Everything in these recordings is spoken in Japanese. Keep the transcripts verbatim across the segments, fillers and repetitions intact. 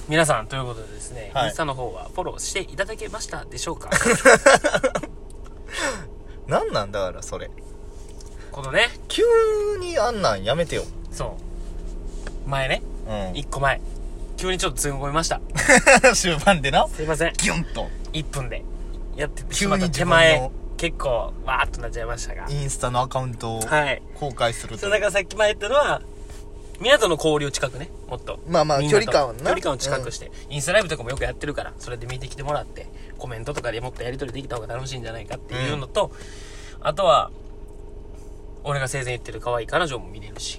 皆さんということでですね、 はい、 インスタの方はフォローしていただけましたでしょうか？ なんなんだからそれこのね、 急にあんなんやめてよ。 そう前ね、 うん、 いっこまえ急にちょっと強込みました。 終盤でな、 すいません、 ギュンといっぷんでやってしまった手前結構わーっとなっちゃいましたが、 インスタのアカウントを公開すると、 そうだからさっき前言ったのは皆との交流近くね、もっとまあまあ距離感をな距離感を近くして、うん、インスタライブとかもよくやってるから、それで見てきてもらってコメントとかでもっとやり取りできた方が楽しいんじゃないかっていうのと、うん、あとは俺が生前言ってる可愛い彼女も見れるし、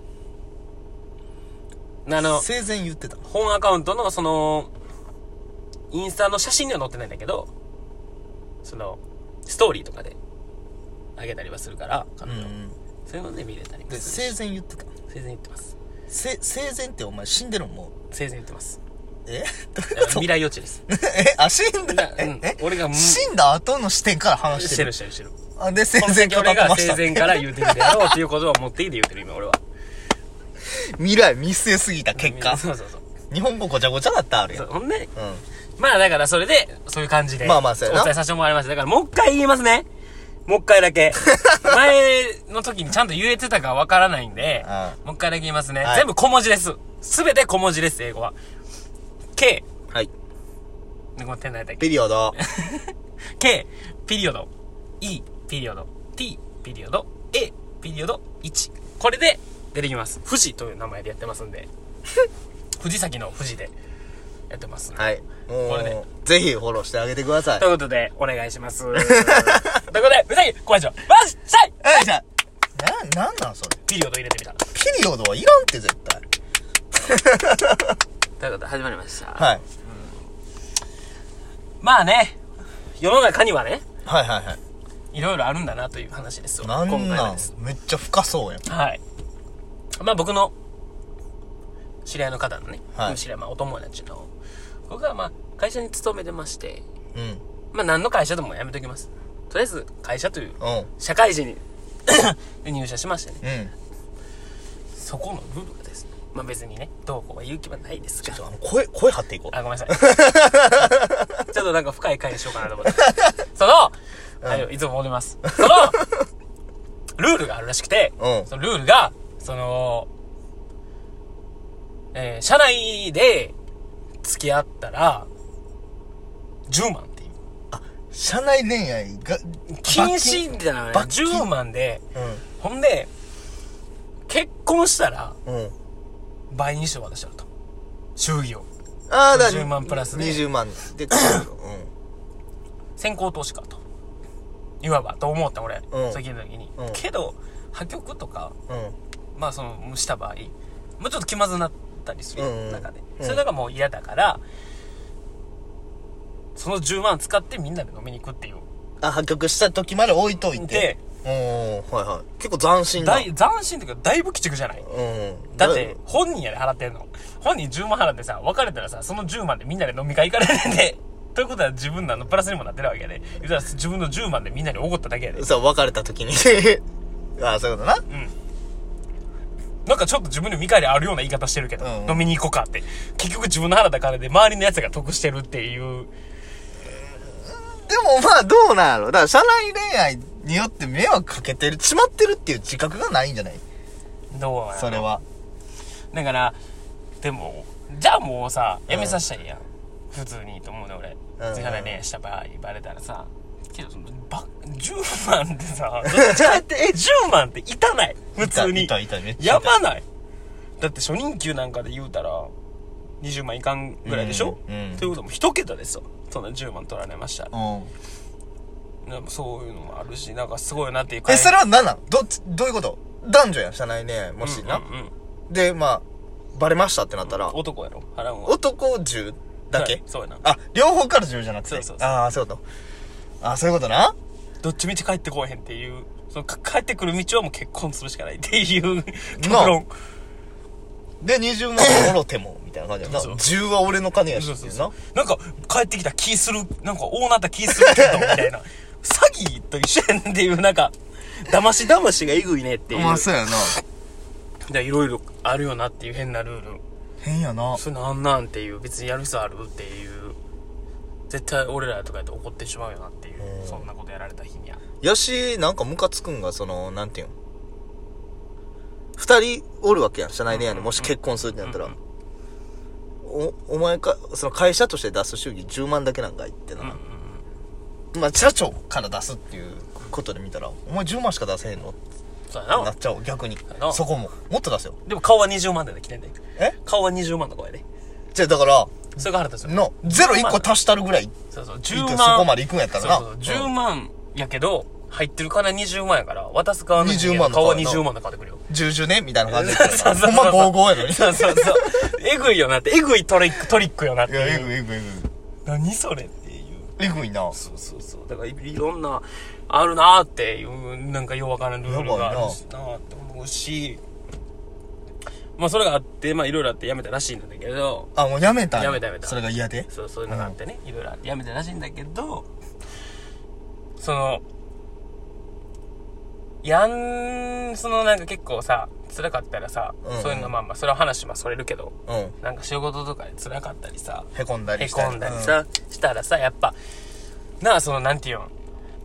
うん、あの生前言ってた本アカウントのそのインスタの写真には載ってないんだけど、そのストーリーとかであげたりはするから彼女、うん、そういうので見れたりもするし。 生前言ってた生前言ってます。 せ生前ってお前死んでるもん。 生前言ってます。 え未来予知です。 えあ死んだ、 うん、え俺が死んだ後の視点から話してるしてるしてるしてる。 あで生前から俺が生前から言うてるであろうっていうことを持っていいで言うてる今俺は。 未来見据えすぎた結果、 そうそうそう、 日本語ごちゃごちゃだったあるやん。 ほんで、 うん、 まあだからそれでそういう感じでまあまあそうやなお伝えさせてもらいました。だからもう一回言いますね。もう一回だけ前の時にちゃんと言えてたかわからないんで、もう一回だけ言いますね、はい、全部小文字です。すべて小文字です。英語は K、 はい、 ごめん、点何だっけ、 ピリオド K ピリオド E ピリオド T ピリオド A ピリオドいち、これで出てきます。富士という名前でやってますんで藤崎の富士でやってます。 はい、もうこれねぜひフォローしてあげてくださいということでお願いしますということでうさぎご愛聴マジシャイえいじゃな、なんなんそれ。 ピリオド入れてみた。 ピリオドはいらんって絶対ということで始まりました。 はい、うん、 まあね、世の中にはね、 はいはいはいいろいろあるんだなという話ですよ。 なんなんめっちゃ深そうやん。 はい。まあ僕の知り合いの方のね、 はい、 知り合い、まあお友達の僕はまあ会社に勤めてまして、 うん、まあ何の会社でもやめときます。とりあえず会社という社会人に入社しましてね、うん、そこのルールがですね、まあ別にねどうこう言う気はないですが、 ちょっと声声張っていこう。 あ、ごめんなさいちょっとなんか深い回にしようかなと思ってその、うん、はい、いつも戻ります。そのルールがあるらしくて、うん、そのルールがその、えー、社内で付き合ったらじゅうまんっていう、 あ、社内恋愛が禁止じゃない、じゅうまんで、うん、ほんで結婚したら、うん、倍にして渡しちゃうと、祝儀を。ああ、だじゅうまんプラスでにじゅうまんで買うの、うん、 先行投資かといわばと思った俺、うん、そう聞いた時に、うん、けど破局とか、うん、まあそのした場合もうちょっと気まずなったりする中で、うんうん、それがもう嫌だから、そのじゅうまん使ってみんなで飲みに行くっていう。 あ、破局した時まで置いといて。で、おー、はいはい。結構斬新だ。 斬新っていうかだいぶ鬼畜じゃない？うん。だって本人やで払ってんの。本人じゅうまん払ってさ、別れたらさ、そのじゅうまんでみんなで飲み会行かれるんで。ということは自分らのプラスにもなってるわけやで。言うたら自分のじゅうまんでみんなにおごっただけやで。 そう、別れた時に。ああ、そういうことな。うん。 なんかちょっと自分に見返りあるような言い方してるけど、うん、飲みに行こうかって。結局自分の払った金で周りのやつが得してるっていう。 でもまあどうなんやろ。だから社内恋愛によって迷惑かけてる、しまってるっていう自覚がないんじゃない？ どうなの？ それは。 だから、でも、じゃあもうさ、やめさせたらいいやん。うん、普通にと思うね、俺。社内恋愛した場合、バレたらさ。けど、ば、じゅうまんってさ、どっちかって、え、じゅうまんっていたない？普通に。 いたいたいた、めっちゃやばない？だって初任給なんかで言うたら、にじゅうまんいかんぐらいでしょ？うん。うん、ということも一桁ですよ。そんなじゅうまん取られました。うん。でもそういうのもあるし、なんかすごいなっていうか。 え、それは何なの？ど、どういうこと？男女やん、社内恋愛、もしな。うんうんうん、で、まあ、バレましたってなったら。 うん、男やろ？払うわ。 男じゅうだけ？ そうやな。 あ、両方からじゅうじゃなくて。 そうそうそう。 ああ、そういうこと。ああ、そういうことな。 どっちみち帰ってこえへんっていう。その帰ってくる道はもう結婚するしかないっていう極論。 で、にじゅうまんもろても、みたいな感じやな。じゅうは俺の金やしっていうな。 なんか、帰ってきた気する、なんか、大なった気するけど、みたいな。詐欺と一緒やねんっていう、なんか、騙し騙しがえぐいねっていう。 まあ、そうやな。 いろいろあるよなっていう変なルール。 変やな。 それなんなんっていう、別にやる必要あるっていう、絶対俺らとかやって怒ってしまうよなっていう、うん、そんなことやられた日には。 やし、なんかムカつくんが、その、なんていうん、二人おるわけやん、社内恋愛でもし結婚するってなったら、うんうん、お、お前か、その会社として出す祝儀じゅうまんだけなんかいってな。うんうん、まあ、社長から出すっていうことで見たら、お前じゅうまんしか出せへんのそうやな。 なっちゃう、逆に。そこも。もっと出せよ。 でも顔はにじゅうまんで来てんで。 え顔はにじゅうまんの子やで。 じゃあだから、 それが腹立つよ。 の、ゼロいっこ足したるぐらい。 そうそう、じゅうまん。 そこまで行くんやったらな。 そうそう、じゅうまんやけど、入ってる金にじゅうまんやから、渡す側のにじゅうまんの顔はにじゅうまんで買ってくるよ。 じゅうじゅうねみたいな感じで。 そうそうそう。 ほんまゴーゴーやのに。 そうそうそう。えぐいよなって、えぐいトリック、トリックよなっていう。 いや、えぐいえぐいえぐい。 何それっていう。 えぐいな。 そうそうそう。だからいろんな、あるなーっていう、なんかようわからんルールがあるしなーって思うし、まあそれがあって、まあいろいろあってやめたらしいんだけど。 あ、もうやめたんやめたやめた。 それが嫌でそう、そういうのがあってね、いろいろあってやめたらしいんだけど、その、やん、そのなんか結構さ、辛かったらさ、うんうん、そういうのまあまあ、それは話はそれるけど、うん、なんか仕事とかで辛かったりさ、 へこんだりした。へこんだりさ、うん、したらさ、やっぱ、なあ、そのなんていうの、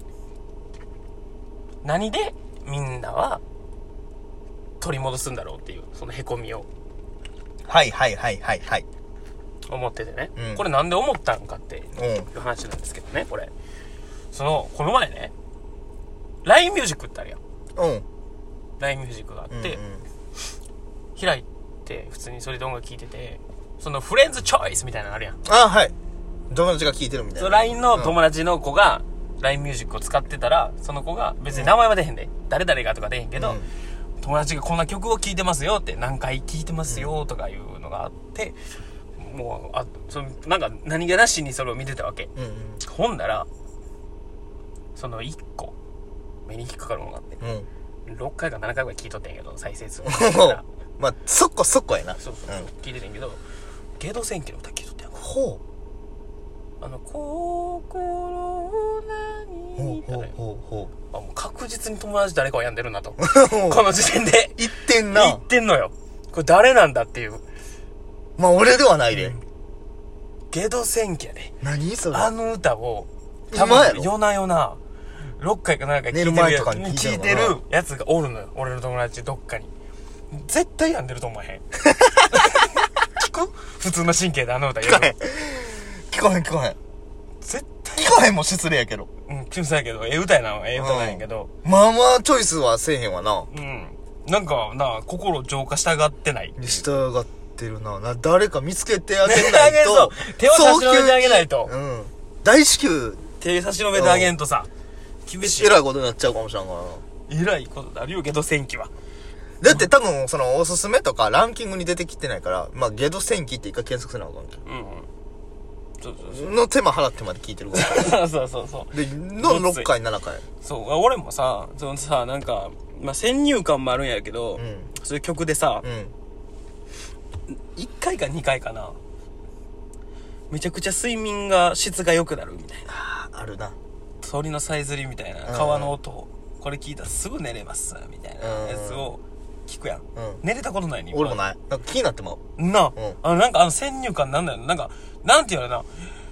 何でみんなは取り戻すんだろうっていう、そのへこみを。 はいはいはいはいはい。 思っててね。うん、これなんで思ったのかっていう話なんですけどね、これ。その、この前ね、ライン ミュージックってあるやん。 うん。 ライン ミュージックがあって、うんうん、開いて、普通にそれで音楽聴いてて、そのフレンズチョイスみたいなのあるやん。 ああ、はい。友達が聴いてるみたいな。 その ライン の友達の子が、ライン ミュージックを使ってたら、その子が、別に名前は出へんで、うん、誰々がとか出へんけど、うん、友達がこんな曲を聴いてますよって、何回聴いてますよとかいうのがあって、うん、もう、あ、その、なんか何気なしにそれを見てたわけ。うんうん、ほんなら、そのいっこ、目に引っかかるものがあって、うん、ろっかいかななかいぐらい聞いとってんやけど、再生数まあそこそこやな。 そうそうそう、うん、聞いててんけど、ゲド戦記の歌聞いとってんやん。 ほうあの心を何にほうほうほうほう、あ、もう確実に友達誰かを病んでるなとこの時点で言ってんな。 言ってんのよ。これ誰なんだっていう。 まあ俺ではないで、うん、 ゲド戦記やで。 何それ。 あの歌をたまに夜な夜なろっかいかななか聞いてるやつ、聞いてるやつがおるのよ。俺の友達どっかに。絶対病んでると思わへん。聞く？普通の神経であの歌言う。 聞こえん。聞こえん聞こえん。 絶対。 聞こえんも失礼やけど。 うん、失礼やけど、ええ歌やな、ええ歌なんやけど、 うん。まあまあチョイスはせえへんわな。 うん。なんかな、心浄化したがってない。 従ってるな。な、誰か見つけてあげないと。 手を差し伸べてあげないと。 うん。大至急。 手差し伸べてあげんとさ、厳しい。 えらいことになっちゃうかもしれんからな。 えらいことだるよ、ゲド戦記は。 だって多分、その、おすすめとかランキングに出てきてないから、まあ、ゲド戦記って一回検索せなあかんけど。うんうん。そうそうそう。の手間払ってまで聞いてるから。 そうそうそう。 で、のろっかい、ななかい。 そう、俺もさ、そのさ、なんか、まあ、先入観もあるんやけど、うん、そういう曲でさ、うん、いっかいかにかいかな、めちゃくちゃ睡眠が質が良くなるみたいな。 ああ、あるな。 鳥のさえずりみたいな、川の音を、これ聞いたらすぐ寝れます、みたいなやつを聞くやん。うん、寝れたことないに。 俺もない。なんか気になってまう。 なあ、うん、あの、なんかあの先入観なんだよ。なんか、なんて言うの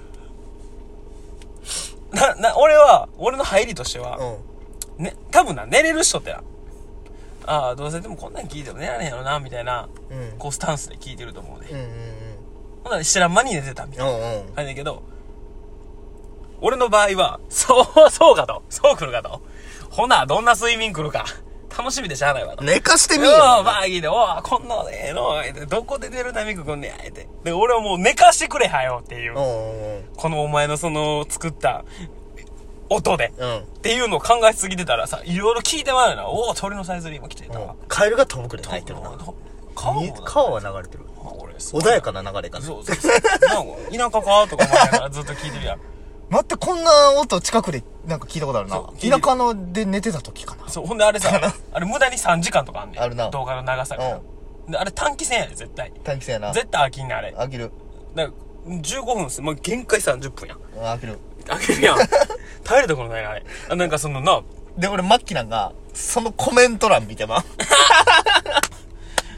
な。な、な、俺は、俺の入りとしては、うん、ね、多分な、寝れる人ってな、ああ、どうせでもこんなん聞いても寝られへんやろな、みたいな、うん、こうスタンスで聞いてると思うね。うんうんうん。ほんなら知らん間に寝てたみたいな。うんうん。あれだけど、俺の場合は、そう、そうかと。そう来るかと。ほな、どんな睡眠来るか。楽しみでしゃあないわと。 寝かしてみよう。 バーギーで、おぉ、こんなのええのえて、どこで寝るタイミング来んねや、えて。で、俺はもう寝かしてくれはよっていう。うんうん、このお前のその、作った、音で、うん。っていうのを考えすぎてたらさ、いろいろ聞いてまうよな。おぉ、鳥のさえずりも来てたわ。 うん、カエルが飛ぶくらい入ってるな。川川は流れてる。穏やかな流れかな。 そうそうそう。なんか、田舎かとか思いながらずっと聞いてるやん。 待って、こんな音近くでなんか聞いたことあるな。田舎ので寝てた時かな。 そう、ほんであれさ、あれ無駄にさんじかんとかあんねん。 あるな。 動画の長さが。うん。で、あれ短期戦やで、絶対。 短期戦やな。 絶対飽きんねん、あれ。 飽きる。 だから、じゅうごふんす、もう限界さんじゅっぷんやん。 飽きる。 飽きるやん。耐えるところないな、あれ。あ、なんかそのな。 で、俺、マッキーなんか、そのコメント欄見てま。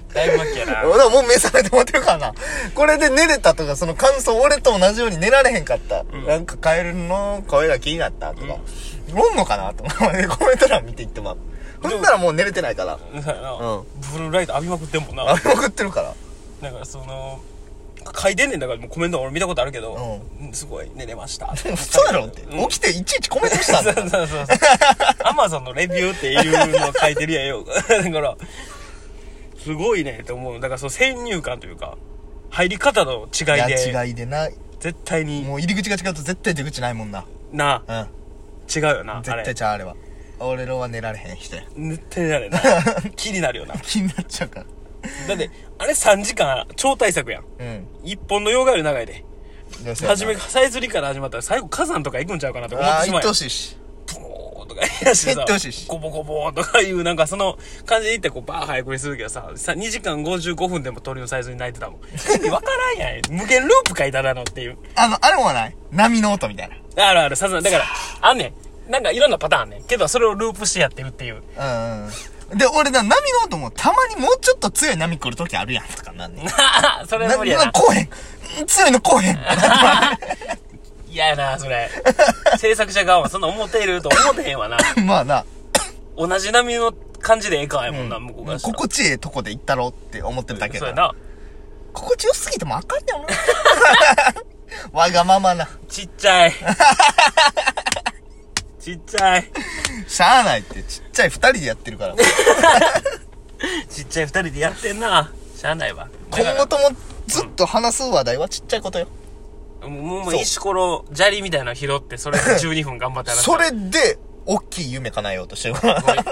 だいぶ末期やな。 だからもう目覚めてもってるからな。これで寝れたとか、その感想、俺と同じように寝られへんかった。うん、なんかカエルの声が気になったとか、うん、おんのかなと思ってコメント欄見ていってまう。ほんならもう寝れてないから。 うん。ブルーライト浴びまくってんもんな。 浴びまくってるから。 だからその、書いてんねんだから、もうコメント俺見たことあるけど、うん、すごい寝れました。 そうやろって、うん。起きていちいちコメントしたんだ。 そうそうそうそう。アマゾンのレビューっていうのを書いてるやんよ。だから、すごいねって思う。だからその先入観というか、入り方の違いで。 いや、違いでな。 絶対に。 もう入り口が違うと絶対出口ないもんな。 なあ。うん。違うよな。 絶対ちゃう、あれは。俺らは寝られへん人や。 絶対寝られんな。気になるよな。 気になっちゃうから。 だって、あれさんじかん超大作やん。うん。一本の洋画より長いで。初め、さえずりから始まったら最後火山とか行くんちゃうかなと思ってしまう。ああ、行ってほしいし。ポーとか言いしさ。行ってほしいし。ゴボゴボとかいう、なんかその感じで行ってこうバー早送りするけどさ、にじかんごじゅうごふんでも鳥のサイズに泣いてたもん。意味わからんやん。無限ループ書いただのっていう。あの、あれもない波の音みたいな。あるある、さすが。だから、あんねん。なんかいろんなパターンあんねん。けどそれをループしてやってるっていう。うんうん。で、俺な、波の音もたまにもうちょっと強い波来るときあるやんとかなんねん。それ無理やな。な、こうへん。強いのこうへん。嫌やな、それ。制作者側はそんな思っていると思ってへんわな。まあな。同じ波の感じでええかやもんな、うん、向こうがしたら。心地ええとこで行ったろって思ってるだけだ。そうやな。心地よすぎてもあかんねんな。わがままな。ちっちゃい。ちっちゃい。しゃあないって、ちっちゃい二人でやってるから。ちっちゃい二人でやってんな。しゃあないわ。今後ともずっと話す話題はちっちゃいことよ。もう、もう石ころ、砂利みたいなの拾って、それでじゅうにふん頑張って話す。それで、大きい夢叶えようとしてるから。と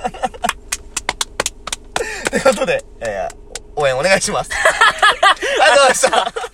いうことで、えー、応援お願いします。ありがとうございました。